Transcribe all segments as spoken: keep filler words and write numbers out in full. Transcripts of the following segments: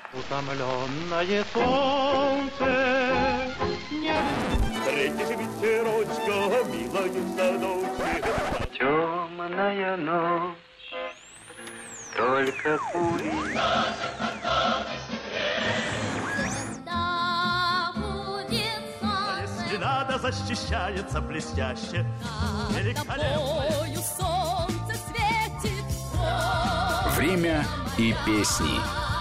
Утомленное солнце не... Встретишь ветерочка, милая в садочке. Темная ночь, только пули. Надо защищается блестяще. Тобою солнце светит. Время и песни.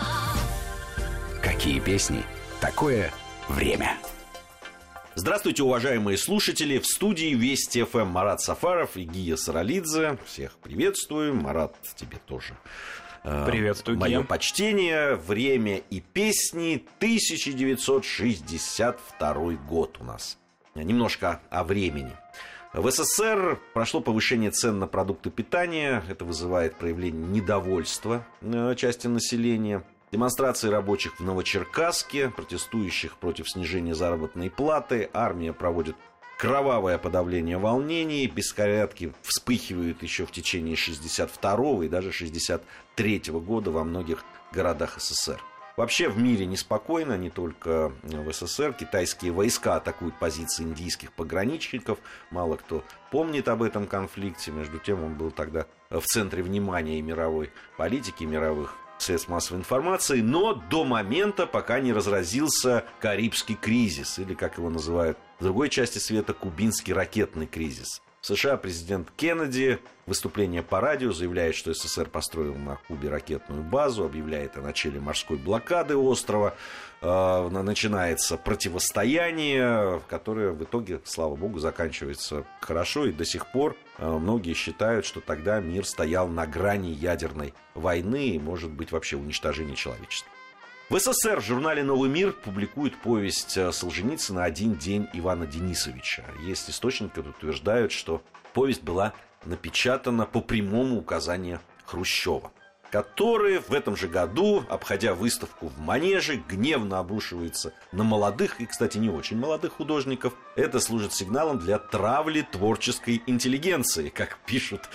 Какие песни? Такое время. Здравствуйте, уважаемые слушатели. В студии Вести ФМ Марат Сафаров и Гия Саралидзе. Всех приветствую. Марат, тебе тоже. Приветствую, Мое Гия. почтение. Время и песни. тысяча девятьсот шестьдесят второй год у нас. Немножко о времени. В СССР прошло повышение цен на продукты питания. Это вызывает проявление недовольства части населения. Демонстрации рабочих в Новочеркасске, протестующих против снижения заработной платы. Армия проводит кровавое подавление волнений. Беспорядки вспыхивают еще в течение шестьдесят второго и даже шестьдесят третьего года во многих городах СССР. Вообще в мире неспокойно, не только в СССР. Китайские войска атакуют позиции индийских пограничников. Мало кто помнит об этом конфликте. Между тем он был тогда в центре внимания и мировой политики, и мировых средств массовой информации. Но до момента, пока не разразился Карибский кризис, или, как его называют в другой части света, Кубинский ракетный кризис. В США президент Кеннеди в выступлении по радио заявляет, что СССР построил на Кубе ракетную базу, объявляет о начале морской блокады острова. Э, начинается противостояние, которое в итоге, слава богу, заканчивается хорошо. И до сих пор э, многие считают, что тогда мир стоял на грани ядерной войны и, может быть, вообще уничтожения человечества. В СССР в журнале «Новый мир» публикуют повесть Солженицына «Один день Ивана Денисовича». Есть источники, которые утверждают, что повесть была напечатана по прямому указанию Хрущева, который в этом же году, обходя выставку в Манеже, гневно обрушивается на молодых и, кстати, не очень молодых художников. Это служит сигналом для травли творческой интеллигенции, как пишут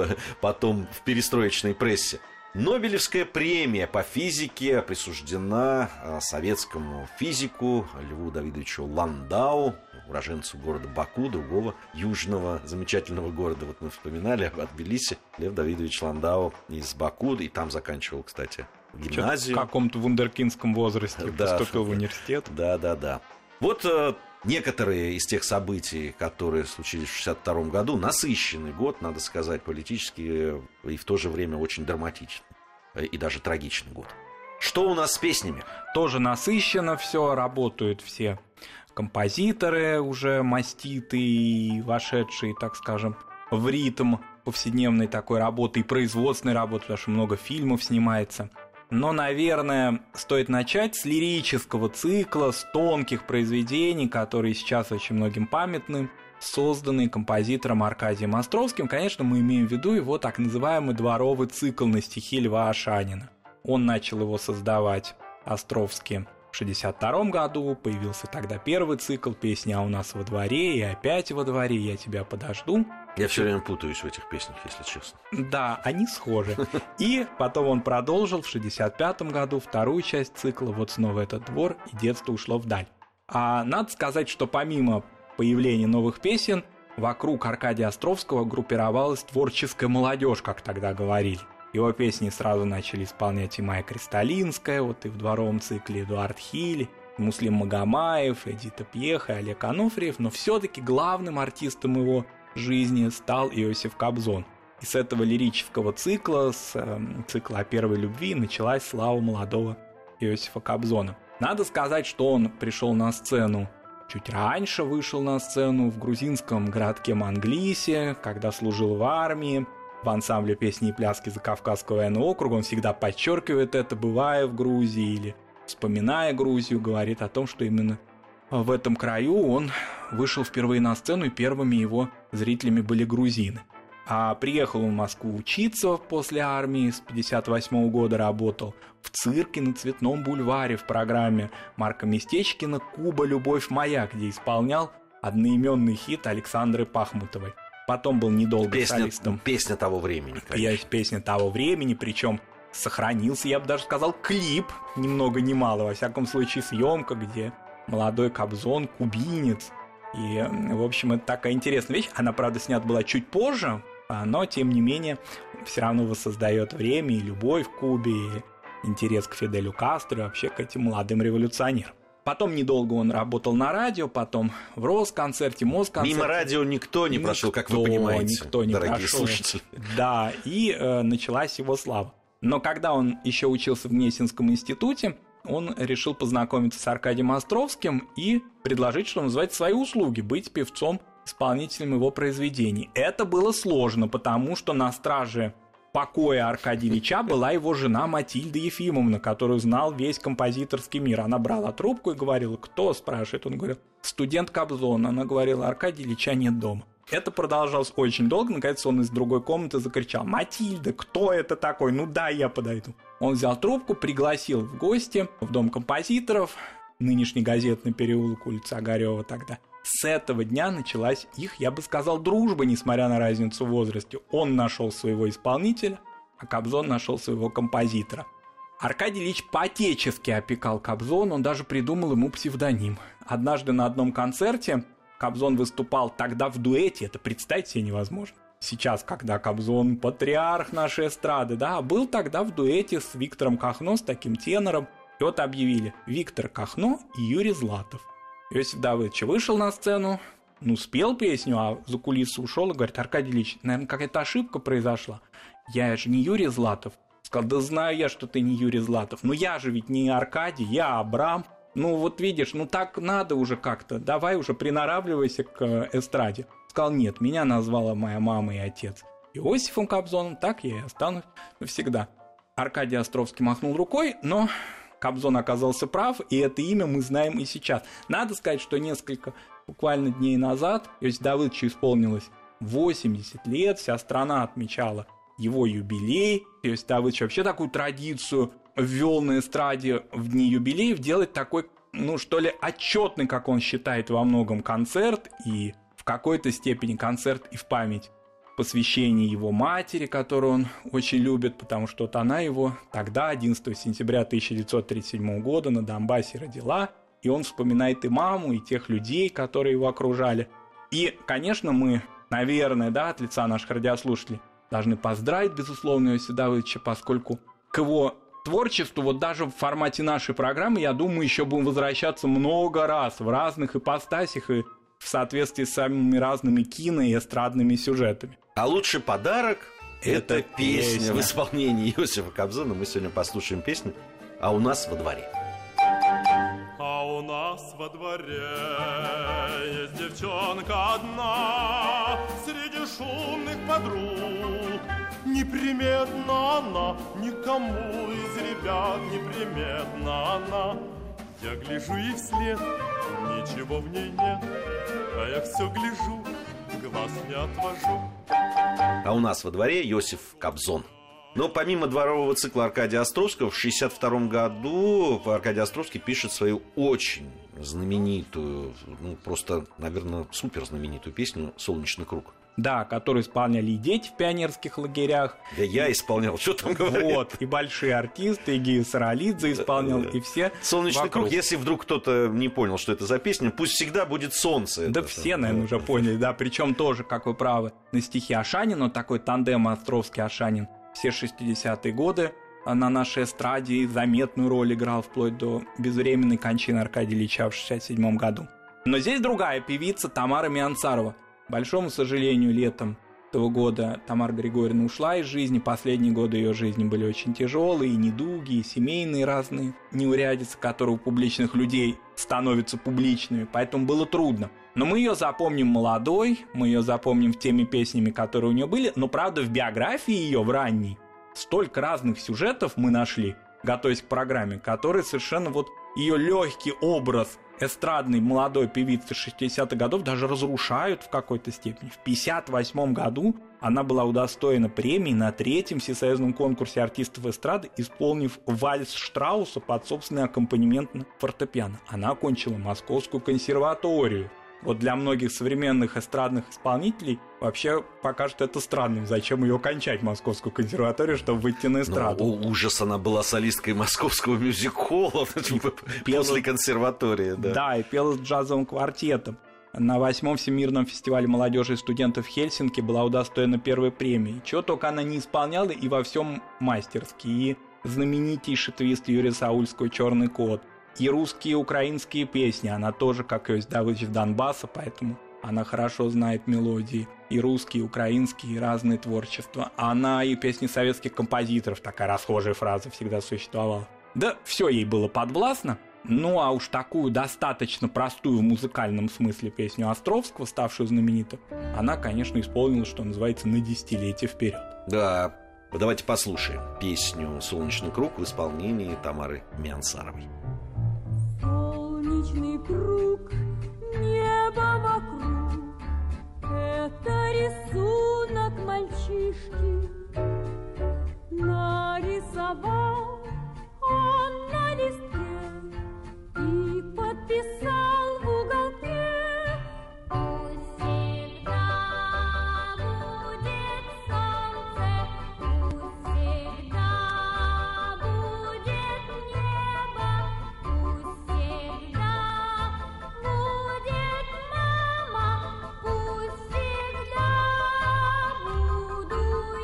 потом в перестроечной прессе. Нобелевская премия по физике присуждена советскому физику Льву Давидовичу Ландау, уроженцу города Баку, другого южного замечательного города. Вот мы вспоминали о Тбилиси. Лев Давидович Ландау из Баку, и там заканчивал, кстати, гимназию. В каком-то вундеркиндском возрасте да, поступил в университет. Да, да, да. Вот некоторые из тех событий, которые случились в шестьдесят втором году, насыщенный год, надо сказать, политически и в то же время очень драматичный и даже трагичный год. Что у нас с песнями? Тоже насыщенно все, работают все композиторы уже маститые, вошедшие, так скажем, в ритм повседневной такой работы и производственной работы, потому что много фильмов снимается. Но, наверное, стоит начать с лирического цикла, с тонких произведений, которые сейчас очень многим памятны, созданные композитором Аркадием Островским. Конечно, мы имеем в виду его так называемый дворовый цикл на стихи Льва Ашанина. Он начал его создавать, Островский, в шестьдесят втором году. Появился тогда первый цикл «Песня «А у нас во дворе» и «Опять во дворе», «Я тебя подожду». Я все время путаюсь в этих песнях, если честно. Да, они схожи. И потом он продолжил в шестьдесят пятом году вторую часть цикла «Вот снова этот двор, и детство ушло вдаль». А надо сказать, что помимо появления новых песен, вокруг Аркадия Островского группировалась творческая молодежь, как тогда говорили. Его песни сразу начали исполнять и Майя Кристалинская, вот и в дворовом цикле Эдуард Хиль, Муслим Магомаев, Эдита Пьеха, Олег Анофриев, но все-таки главным артистом его жизни стал Иосиф Кобзон. И с этого лирического цикла, с э, цикла о первой любви, началась слава молодого Иосифа Кобзона. Надо сказать, что он пришел на сцену чуть раньше, вышел на сцену в грузинском городке Манглисе, когда служил в армии, в ансамбле песни и пляски Закавказского военного округа. Он всегда подчеркивает это, бывая в Грузии или вспоминая Грузию, говорит о том, что именно в этом краю он вышел впервые на сцену, и первыми его зрителями были грузины. А приехал он в Москву учиться после армии, с пятьдесят восьмого года работал в цирке на Цветном бульваре в программе Марка Местечкина «Куба. Любовь моя», где исполнял одноименный хит Александры Пахмутовой. Потом был недолго песня, солистом. Песня того времени, конечно. Песня того времени, причем сохранился, я бы даже сказал, клип, ни много ни мало, во всяком случае, съемка, где молодой Кобзон, кубинец. И, в общем, это такая интересная вещь. Она, правда, снята была чуть позже, но, тем не менее, все равно воссоздает время и любовь к Кубе, и интерес к Фиделю Кастро, и вообще к этим молодым революционерам. Потом недолго он работал на радио, потом в Росконцерте, Москонцерте. Мимо радио никто не никто, прошел, как вы понимаете, никто не дорогие прошел. слушатели. Да, и э, началась его слава. Но когда он еще учился в Гнесинском институте, он решил познакомиться с Аркадием Островским и предложить, что называется, свои услуги, быть певцом, исполнителем его произведений. Это было сложно, потому что на страже покоя Аркадия Ильича была его жена Матильда Ефимовна, которую знал весь композиторский мир. Она брала трубку и говорила: «Кто?» — спрашивает. Он говорил: «Студент Кобзон». Она говорила: «Аркадия Ильича нет дома». Это продолжалось очень долго. Наконец он из другой комнаты закричал: «Матильда, кто это такой? Ну да, я подойду». Он взял трубку, пригласил в гости в дом композиторов, нынешний Газетный переулок, улица Огарева тогда. С этого дня началась их, я бы сказал, дружба, несмотря на разницу в возрасте. Он нашел своего исполнителя, а Кобзон нашел своего композитора. Аркадий Ильич по-отечески опекал Кобзона, он даже придумал ему псевдоним. Однажды на одном концерте Кобзон выступал тогда в дуэте, это представить себе невозможно. Сейчас, когда Кобзон патриарх нашей эстрады, да, был тогда в дуэте с Виктором Кахно, с таким тенором. И вот объявили: Виктор Кахно и Юрий Златов. Иосиф Давыдович вышел на сцену, ну, спел песню, а за кулисы ушел и говорит: Аркадий Ильич, наверное, какая-то ошибка произошла. Я же не Юрий Златов. Сказал: да знаю я, что ты не Юрий Златов. Но я же ведь не Аркадий, я Абрам. Ну, вот видишь, ну так надо уже как-то. Давай уже приноравливайся к эстраде. Сказал: нет, меня назвала моя мама и отец Иосифом Кобзоном, так я и останусь навсегда. Аркадий Островский махнул рукой, но Кобзон оказался прав, и это имя мы знаем и сейчас. Надо сказать, что несколько, буквально дней назад, Иосифу Давыдовичу исполнилось восемьдесят лет, вся страна отмечала его юбилей. Иосиф Давыдович вообще такую традицию ввел на эстраде в дни юбилеев, делать такой, ну что ли, отчетный, как он считает, во многом концерт, и в какой-то степени концерт и в память посвящение его матери, которую он очень любит, потому что вот она его тогда, одиннадцатого сентября тысяча девятьсот тридцать седьмого года, на Донбассе родила, и он вспоминает и маму, и тех людей, которые его окружали. И, конечно, мы, наверное, да, от лица наших радиослушателей должны поздравить, безусловно, Иосифа Давыдовича, поскольку к его творчеству, вот даже в формате нашей программы, я думаю, еще будем возвращаться много раз в разных ипостасях и в соответствии с самыми разными кино и эстрадными сюжетами. А лучший подарок – это, это песня. песня в исполнении Иосифа Кобзона. Мы сегодня послушаем песню «А у нас во дворе». А у нас во дворе есть девчонка одна среди шумных подруг. Неприметна она, никому из ребят неприметна она. Я гляжу ей вслед, ничего в ней нет, а я все гляжу, глаз не отвожу. А у нас во дворе Иосиф Кобзон. Но помимо дворового цикла Аркадия Островского, в шестьдесят втором году Аркадий Островский пишет свою очень знаменитую, ну просто, наверное, супер знаменитую песню «Солнечный круг». Да, которую исполняли и дети в пионерских лагерях. Да я исполнял, что там говорить. Вот, и большие артисты, и Гия Саралидзе исполнял, и все «Солнечный вокруг. круг», если вдруг кто-то не понял, что это за песня, пусть всегда будет солнце. Да это, все, там, наверное, да. уже поняли, да, причем тоже, как вы правы, на стихи Ашанина, такой тандем Островский-Ашанин, все шестидесятые годы на нашей эстраде заметную роль играл вплоть до безвременной кончины Аркадия Ильича в шестьдесят седьмом году. Но здесь другая певица Тамара Мианцарова. К большому сожалению, летом этого года Тамара Григорьевна ушла из жизни. Последние годы ее жизни были очень тяжелые, и недуги, и семейные разные неурядицы, которые у публичных людей становятся публичными, поэтому было трудно. Но мы ее запомним молодой, мы ее запомним в теми песнями, которые у нее были, но, правда, в биографии ее, в ранней, столько разных сюжетов мы нашли, готовясь к программе, которые совершенно вот ее легкий образ эстрадной молодой певицы шестидесятых годов даже разрушают в какой-то степени. В пятьдесят восьмом году она была удостоена премии на третьем всесоюзном конкурсе артистов эстрады, исполнив вальс Штрауса под собственный аккомпанемент на фортепиано. Она окончила Московскую консерваторию. вот для многих современных эстрадных исполнителей вообще покажет это странным. Зачем ее кончать, Московскую консерваторию, чтобы выйти на эстраду? Ну, ужас, она была солисткой Московского мюзик-холла после консерватории. Да. да, и пела с джазовым квартетом. На восьмом Всемирном фестивале молодежи и студентов в Хельсинки была удостоена первой премии. Чего только она не исполняла, и во всем мастерски. И знаменитейший твист Юрия Саульского «Черный кот», и русские и украинские песни. Она тоже, как Иосиф Давыдович Донбасса, поэтому она хорошо знает мелодии. И русские, и украинские, и разные творчества. Она и песни советских композиторов, такая расхожая фраза всегда существовала. Да все ей было подвластно. Ну а уж такую достаточно простую в музыкальном смысле песню Островского, ставшую знаменитой, она, конечно, исполнила, что называется, на десятилетие вперед. Да, давайте послушаем песню «Солнечный круг» в исполнении Тамары Миансаровой. Солнечный круг, небо вокруг, это рисунок мальчишки. Нарисовал он на листке и подписал в уголке: пусть всегда будет солнце, пусть всегда будет небо, пусть всегда будет мама, пусть всегда буду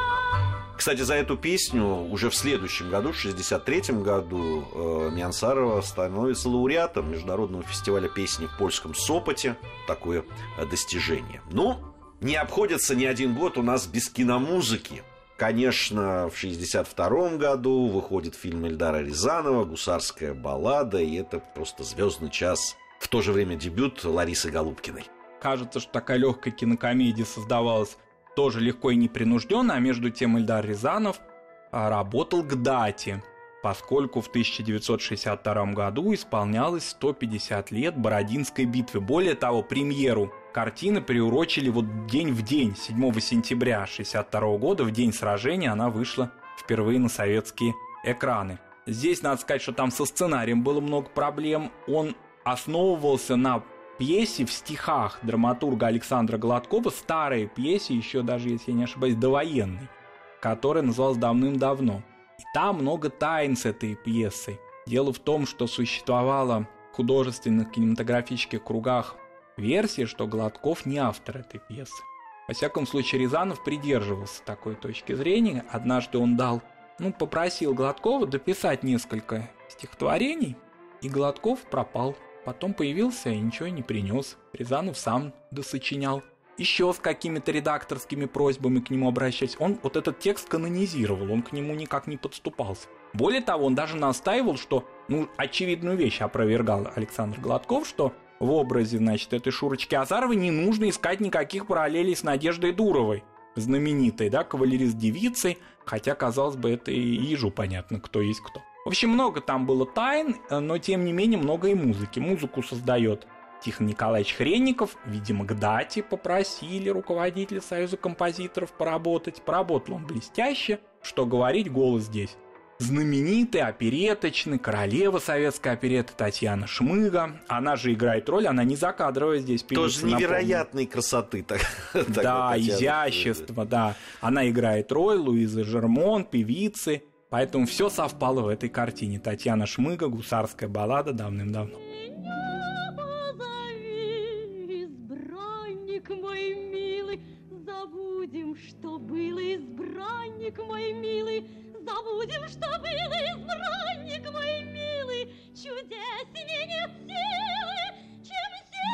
я. Кстати, за эту песню уже в следующем году, в шестьдесят третьем году, э, Миансарова становится лауреатом Международного фестиваля песни в польском Сопоте. Такое э, достижение. Ну, не обходится ни один год у нас без киномузыки. Конечно, в шестьдесят втором году выходит фильм Эльдара Рязанова «Гусарская баллада», и это просто звездный час. В то же время дебют Ларисы Голубкиной. Кажется, что такая легкая кинокомедия создавалась тоже легко и непринужденно, а между тем Эльдар Рязанов работал к дате, поскольку в тысяча девятьсот шестьдесят втором году исполнялось сто пятьдесят лет Бородинской битвы. Более того, премьеру картины приурочили вот день в день, седьмого сентября шестьдесят второго года, в день сражения она вышла впервые на советские экраны. Здесь надо сказать, что там со сценарием было много проблем. Он основывался на пьесе в стихах драматурга Александра Гладкова, старой пьесе, еще даже, если я не ошибаюсь, довоенной, которая называлась «Давным-давно». И там много тайн с этой пьесой. Дело в том, что существовала в художественных кинематографических кругах версия, что Гладков не автор этой пьесы. Во всяком случае, Рязанов придерживался такой точки зрения. Однажды он дал, ну, попросил Гладкова дописать несколько стихотворений, и Гладков пропал. Потом появился и ничего не принес. Рязанов сам досочинял. Еще с какими-то редакторскими просьбами к нему обращались. Он вот этот текст канонизировал, он к нему никак не подступался. Более того, он даже настаивал, что, ну, очевидную вещь опровергал Александр Гладков, что в образе, значит, этой Шурочки Азаровой не нужно искать никаких параллелей с Надеждой Дуровой, знаменитой, да, кавалерист-девицей, хотя, казалось бы, это и ежу понятно, кто есть кто. В общем, много там было тайн, но, тем не менее, много и музыки. Музыку создает Тихон Николаевич Хренников. Видимо, к дате попросили руководителя Союза композиторов поработать. Поработал он блестяще. Что говорить, голос здесь знаменитый, опереточный, королева советской оперетты Татьяна Шмыга. Она же играет роль, она не закадровая здесь певица. Тоже невероятной красоты. Так, да, изящество, да. Она играет роль Луизы Жермон, певицы. Поэтому все совпало в этой картине. Татьяна Шмыга, «Гусарская баллада», «Давным-давно». Меня позови, избранник мой милый, забудем, что было, избранник мой милый, забудем, что было, избранник мой милый, чудеснее нет силы, чем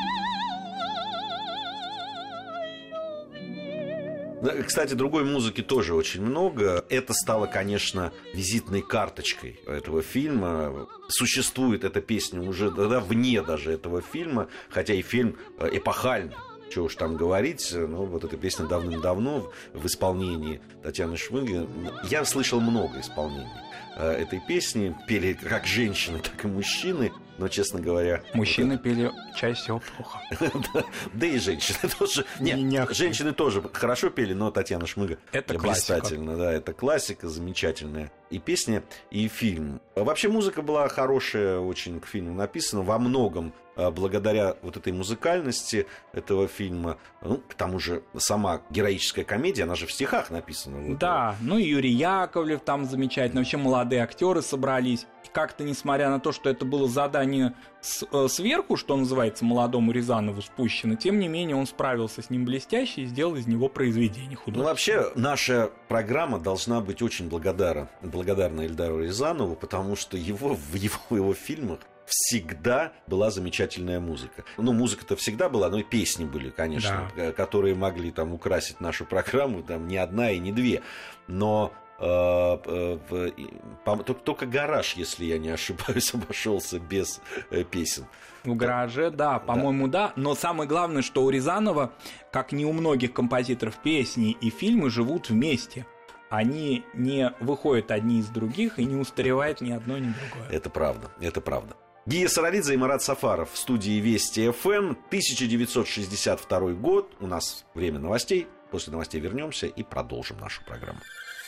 сила любви. Кстати, другой музыки тоже очень много. Это стало, конечно, визитной карточкой этого фильма. Существует эта песня уже да, вне даже этого фильма, хотя и фильм эпохальный. Чего уж там говорить, но вот эта песня «Давным-давно» в исполнении Татьяны Шмыги. Я слышал много исполнений этой песни. Пели как женщины, так и мужчины. Но, честно говоря... Мужчины вот пели чаще всего плохо. Да и женщины тоже. Нет, женщины тоже хорошо пели, но Татьяна Шмыга блистательно. Да, это классика замечательная. И песня, и фильм. Вообще музыка была хорошая, очень к фильму написана. Во многом благодаря вот этой музыкальности этого фильма, ну, к тому же сама героическая комедия, она же в стихах написана. Вот. Да, ну и Юрий Яковлев там замечательно, вообще молодые актеры собрались. И как-то, несмотря на то, что это было задание с, э, сверху, что называется, молодому Рязанову спущено, тем не менее он справился с ним блестяще и сделал из него произведение художественное. Ну, вообще, наша программа должна быть очень благодарна, благодарна Эльдару Рязанову, потому что его, в его, в его фильмах всегда была замечательная музыка. Ну, музыка-то всегда была, но и песни были, конечно, да, которые могли там украсить нашу программу, там не одна и не две. Но э, э, по, только «Гараж», если я не ошибаюсь, обошелся без э, песен. В «Гараже», да, по-моему, да. да. Но самое главное, что у Рязанова, как не у многих композиторов, песни и фильмы живут вместе. Они не выходят одни из других и не устаревает ни одно, ни другое. Это правда, это правда. Гия Саралидзе и Марат Сафаров в студии Вести эф эм, тысяча девятьсот шестьдесят второй год. У нас время новостей. После новостей вернемся и продолжим нашу программу.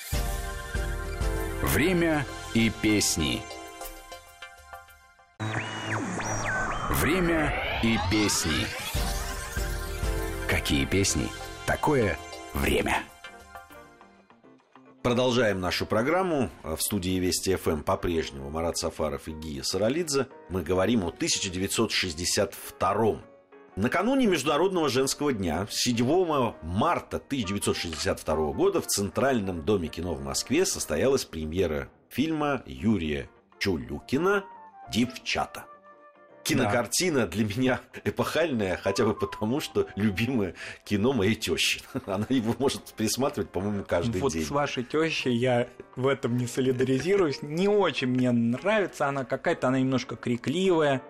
Время и песни. Время и песни. Какие песни? Такое время. Продолжаем нашу программу. В студии Вести эф эм по-прежнему Марат Сафаров и Гия Саралидзе. Мы говорим о тысяча девятьсот шестьдесят втором. Накануне Международного женского дня, седьмого марта тысяча девятьсот шестьдесят второго года, в Центральном доме кино в Москве состоялась премьера фильма Юрия Чулюкина «Девчата». Кинокартина, да, для меня эпохальная, хотя бы потому, что любимое кино моей тещи. Она его может пересматривать, по-моему, каждый вот день. Вот с вашей тещей я в этом не солидаризируюсь. Не очень мне нравится она, какая-то она немножко крикливая.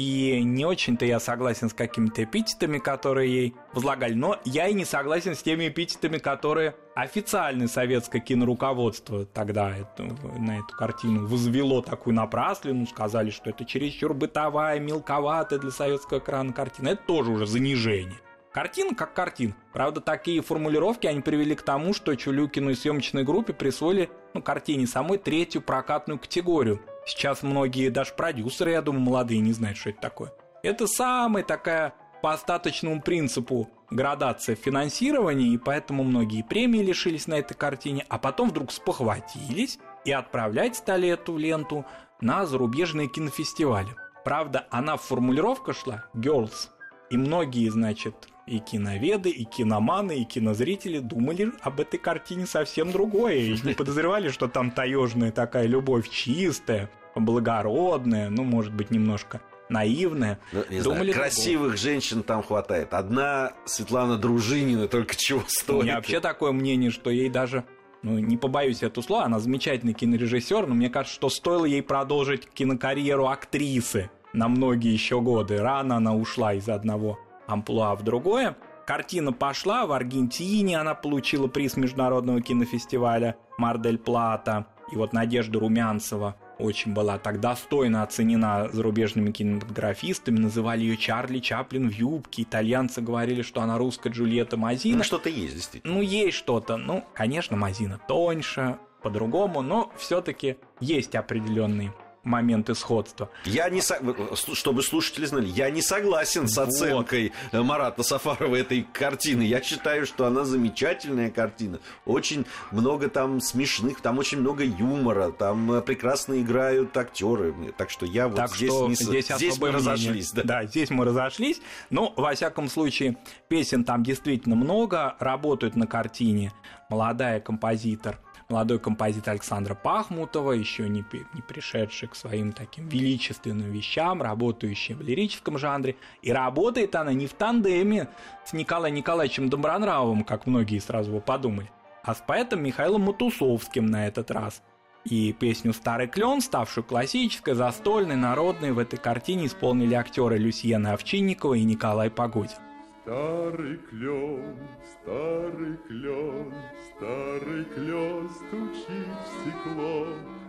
И не очень-то я согласен с какими-то эпитетами, которые ей возлагали. Но я и не согласен с теми эпитетами, которые официальное советское киноруководство тогда это, на эту картину возвело такую напраслину. Сказали, что это чересчур бытовая, мелковатая для советского экрана картина. Это тоже уже занижение. Картина как картина. Правда, такие формулировки, они привели к тому, что Чулюкину и съемочной группе присвоили, ну, картине самой третью прокатную категорию. Сейчас многие, даже продюсеры, я думаю, молодые не знают, что это такое. Это самая такая по остаточному принципу градация финансирования, и поэтому многие премии лишились на этой картине, а потом вдруг спохватились и отправлять стали эту ленту на зарубежные кинофестивали. Правда, она в формулировках шла «Girls», и многие, значит, и киноведы, и киноманы, и кинозрители думали об этой картине совсем другое. И не подозревали, что там таежная такая любовь чистая, благородная, ну, может быть, немножко наивная. Ну, не думали, знаю, красивых женщин там хватает. Одна Светлана Дружинина только чего стоит. У меня вообще такое мнение, что ей даже, ну, не побоюсь это слова, она замечательный кинорежиссер, но мне кажется, что стоило ей продолжить кинокарьеру актрисы на многие еще годы. Рано она ушла из одного амплуа в другое. Картина пошла, в Аргентине она получила приз международного кинофестиваля Мар-дель-Плата. И вот Надежда Румянцева очень была так достойно оценена зарубежными кинематографистами. Называли ее Чарли Чаплин в юбке. Итальянцы говорили, что она русская Джульетта Мазина. Ну, что-то есть, действительно. Ну, есть что-то. Ну, конечно, Мазина тоньше, по-другому, но все-таки есть определенные моменты сходства. Я не со... Чтобы слушатели знали, я не согласен с оценкой вот. Марата Сафарова этой картины. Я считаю, что она замечательная картина. Очень много там смешных, там очень много юмора, там прекрасно играют актеры. Так что я вот так здесь что не... Здесь, здесь мы разошлись. Да. да, здесь мы разошлись. Но, во всяком случае, песен там действительно много. Работают на картине молодая композитор Молодой композитор Александра Пахмутова, еще не, не пришедший к своим таким величественным вещам, работающий в лирическом жанре. И работает она не в тандеме с Николаем Николаевичем Добронравовым, как многие сразу бы подумали, а с поэтом Михаилом Матусовским на этот раз. И песню «Старый клен», ставшую классической, застольной, народной, в этой картине исполнили актеры Люсьена Овчинникова и Николай Погодин. Старый клен, старый клен, старый клен стучит в стекло,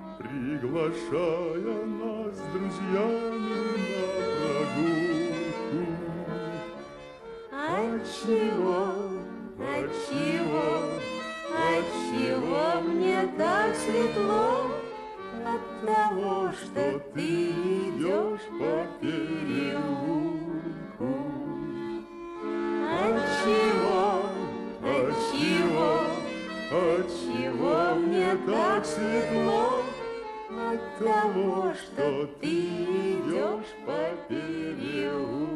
приглашая нас с друзьями на прогулку. Отчего, отчего, отчего мне так светло? От того, что ты идешь по переулку. того, что ты идешь по переулку.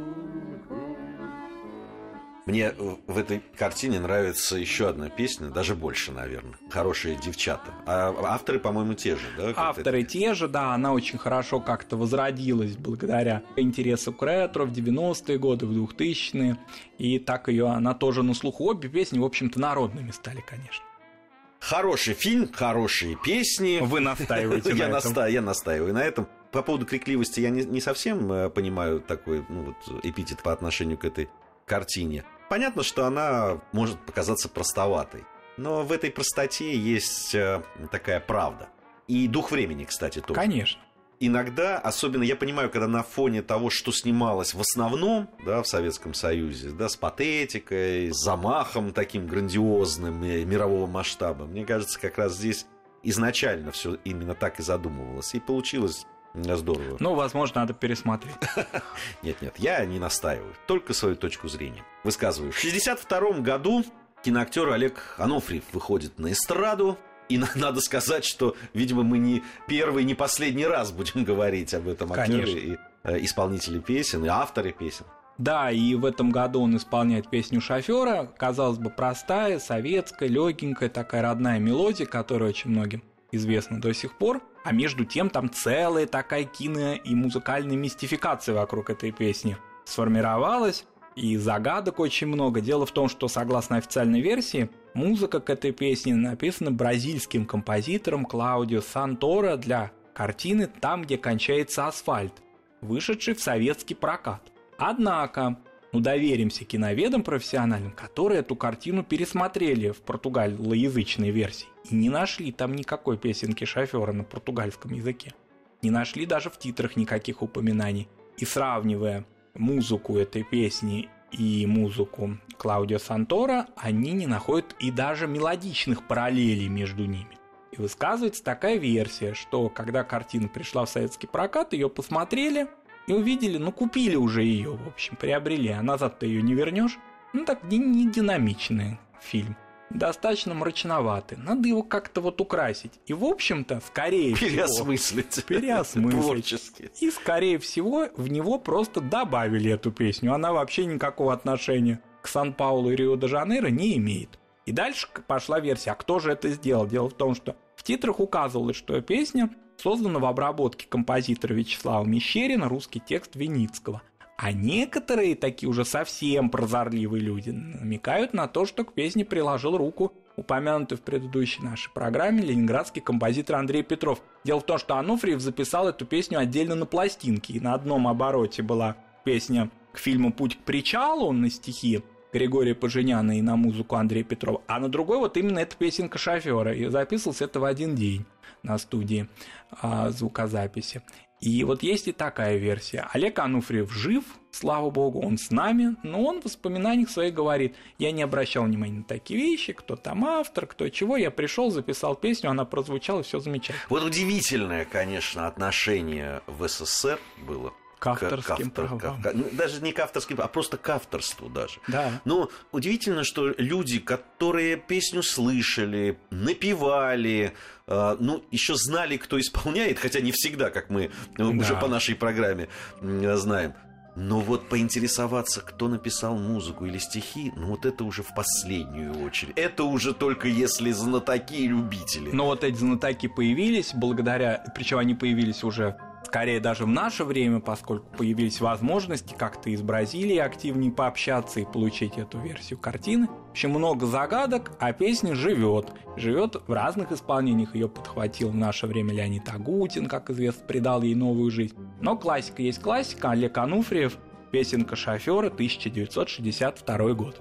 Мне в этой картине нравится еще одна песня, даже больше, наверное. «Хорошие девчата». А авторы, по-моему, те же, да? Авторы это... те же, да. Она очень хорошо как-то возродилась благодаря интересу к ретро в девяностые годы, в двухтысячные. И так ее она тоже на слуху. Обе песни, в общем-то, народными стали, конечно. Хороший фильм, хорошие песни. Вы настаиваете на я этом. Наста... Я настаиваю на этом. По поводу крикливости я не, не совсем понимаю такой ну, вот, эпитет по отношению к этой картине. Понятно, что она может показаться простоватой, но в этой простоте есть э, такая правда. И дух времени, кстати, тоже. Конечно. Иногда, особенно я понимаю, когда на фоне того, что снималось в основном да, в Советском Союзе, да, с патетикой, с замахом таким грандиозным мирового масштаба, мне кажется, как раз здесь изначально все именно так и задумывалось. И получилось здорово. Ну, возможно, надо пересмотреть. Нет-нет, я не настаиваю, только свою точку зрения высказываю. В шестьдесят втором году киноактер Олег Анофриев выходит на эстраду. И надо сказать, что, видимо, мы не первый, не последний раз будем говорить об этом актере и э, исполнителе песен, и авторе песен. Да, и в этом году он исполняет песню «Шофера». Казалось бы, простая, советская, легенькая, такая родная мелодия, которая очень многим известна до сих пор. А между тем там целая такая кино- и музыкальная мистификация вокруг этой песни сформировалась. И загадок очень много. Дело в том, что, согласно официальной версии, музыка к этой песне написана бразильским композитором Клаудио Санторо для картины «Там, где кончается асфальт», вышедшей в советский прокат. Однако, ну доверимся киноведам профессиональным, которые эту картину пересмотрели в португалоязычной версии и не нашли там никакой песенки «Шофера» на португальском языке. Не нашли даже в титрах никаких упоминаний. И сравнивая музыку этой песни и музыку Клаудио Санторо, они не находят и даже мелодичных параллелей между ними. И высказывается такая версия, что когда картина пришла в советский прокат, ее посмотрели и увидели, ну купили уже ее, в общем, приобрели, а назад ты ее не вернешь. Ну так не, не динамичный фильм. Достаточно мрачноватый. Надо его как-то вот украсить. И, в общем-то, скорее переосмыслить. всего... Переосмыслить. Творчески. И, скорее всего, в него просто добавили эту песню. Она вообще никакого отношения к Сан-Паулу и Рио-де-Жанейро не имеет. И дальше пошла версия, а кто же это сделал? Дело в том, что в титрах указывалось, что песня создана в обработке композитора Вячеслава Мещерина, русский текст Виницкого. А некоторые, такие уже совсем прозорливые люди, намекают на то, что к песне приложил руку упомянутый в предыдущей нашей программе ленинградский композитор Андрей Петров. Дело в том, что Анофриев записал эту песню отдельно на пластинке, и на одном обороте была песня к фильму «Путь к причалу» на стихи Григория Поженяна и на музыку Андрея Петрова, а на другой вот именно эта песенка «Шофера», и записывался это в один день на студии а, звукозаписи. И вот есть и такая версия. Олег Анофриев жив, слава богу, он с нами, но он в воспоминаниях своих говорит: я не обращал внимания на такие вещи, кто там автор, кто чего, я пришел, записал песню, она прозвучала, все замечательно. Вот удивительное, конечно, отношение в СССР было. К авторским к автор, правам. К, ну, даже не к авторским, а просто к авторству даже. Да. Но удивительно, что люди, которые песню слышали, напевали, э, ну, еще знали, кто исполняет, хотя не всегда, как мы да. уже по нашей программе э, знаем. Но вот поинтересоваться, кто написал музыку или стихи, ну вот это уже в последнюю очередь. Это уже только если знатоки и любители. Но вот эти знатоки появились благодаря, причем они появились уже скорее даже в наше время, поскольку появились возможности как-то из Бразилии активнее пообщаться и получить эту версию картины. В общем, много загадок, а песня живет. Живет в разных исполнениях. Ее подхватил в наше время Леонид Агутин, как известно, придал ей новую жизнь. Но классика есть классика. Олег Анофриев, песенка «Шофера», тысяча девятьсот шестьдесят второй год.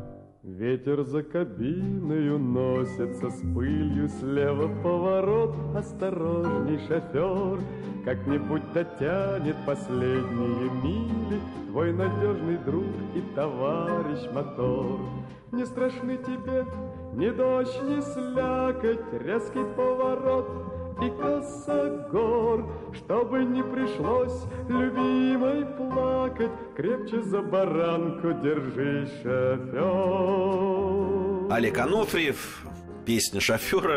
Ветер за кабиною носится с пылью, слева поворот, осторожней, шофер, как-нибудь дотянет последние мили твой надежный друг и товарищ мотор. Не страшны тебе ни дождь, ни слякоть, резкий поворот и косогор, чтобы не пришлось любимой плакать, крепче за баранку держись, шофер. Олег Анофриев, песня «Шофера».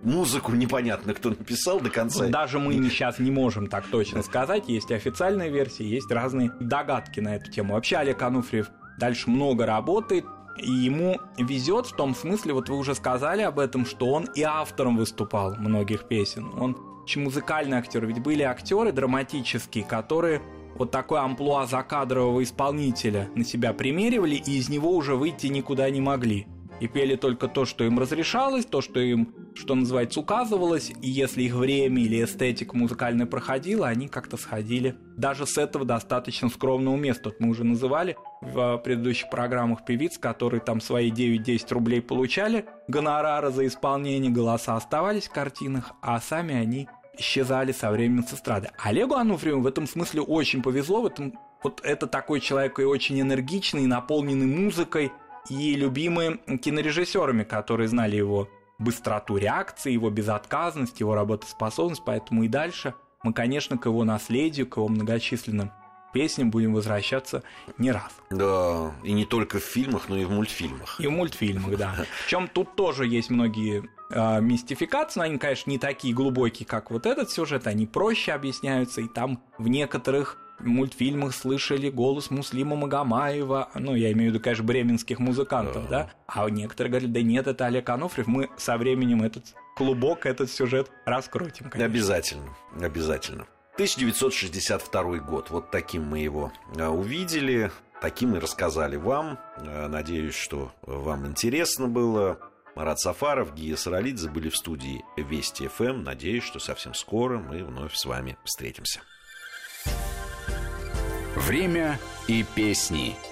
музыку непонятно, кто написал до конца. Даже мы сейчас не можем так точно сказать. Есть официальные версии, есть разные догадки на эту тему. Вообще Олег Ануфриев дальше много работает, и ему везет в том смысле, вот вы уже сказали об этом, что он и автором выступал многих песен. Он очень музыкальный актер, ведь были актеры драматические, которые вот такой амплуа закадрового исполнителя на себя примеривали, и из него уже выйти никуда не могли. И пели только то, что им разрешалось, то, что им, что называется, указывалось, и если их время или эстетика музыкальная проходила, они как-то сходили даже с этого достаточно скромного места. Вот мы уже называли в предыдущих программах певиц, которые там свои девять-десять рублей получали, гонорары за исполнение, голоса оставались в картинах, а сами они исчезали со временем с эстрады. Олегу Ануфриеву в этом смысле очень повезло, в этом, вот это такой человек и очень энергичный, наполненный музыкой, и любимые кинорежиссерами, которые знали его быстроту реакции, его безотказность, его работоспособность, поэтому и дальше мы, конечно, к его наследию, к его многочисленным песням будем возвращаться не раз. Да, и не только в фильмах, но и в мультфильмах. И в мультфильмах, да. Причем тут тоже есть многие э, мистификации, но они, конечно, не такие глубокие, как вот этот сюжет, они проще объясняются, и там в некоторых в мультфильмах слышали голос Муслима Магомаева, ну, я имею в виду, конечно, бременских музыкантов, да, а некоторые говорили, да нет, это Олег Ануфриев, мы со временем этот клубок, этот сюжет раскрутим, конечно. Обязательно, обязательно. тысяча девятьсот шестьдесят второй год, вот таким мы его увидели, таким и рассказали вам, надеюсь, что вам интересно было. Марат Сафаров, Гия Саралидзе были в студии Вести эф эм, надеюсь, что совсем скоро мы вновь с вами встретимся. Время и песни.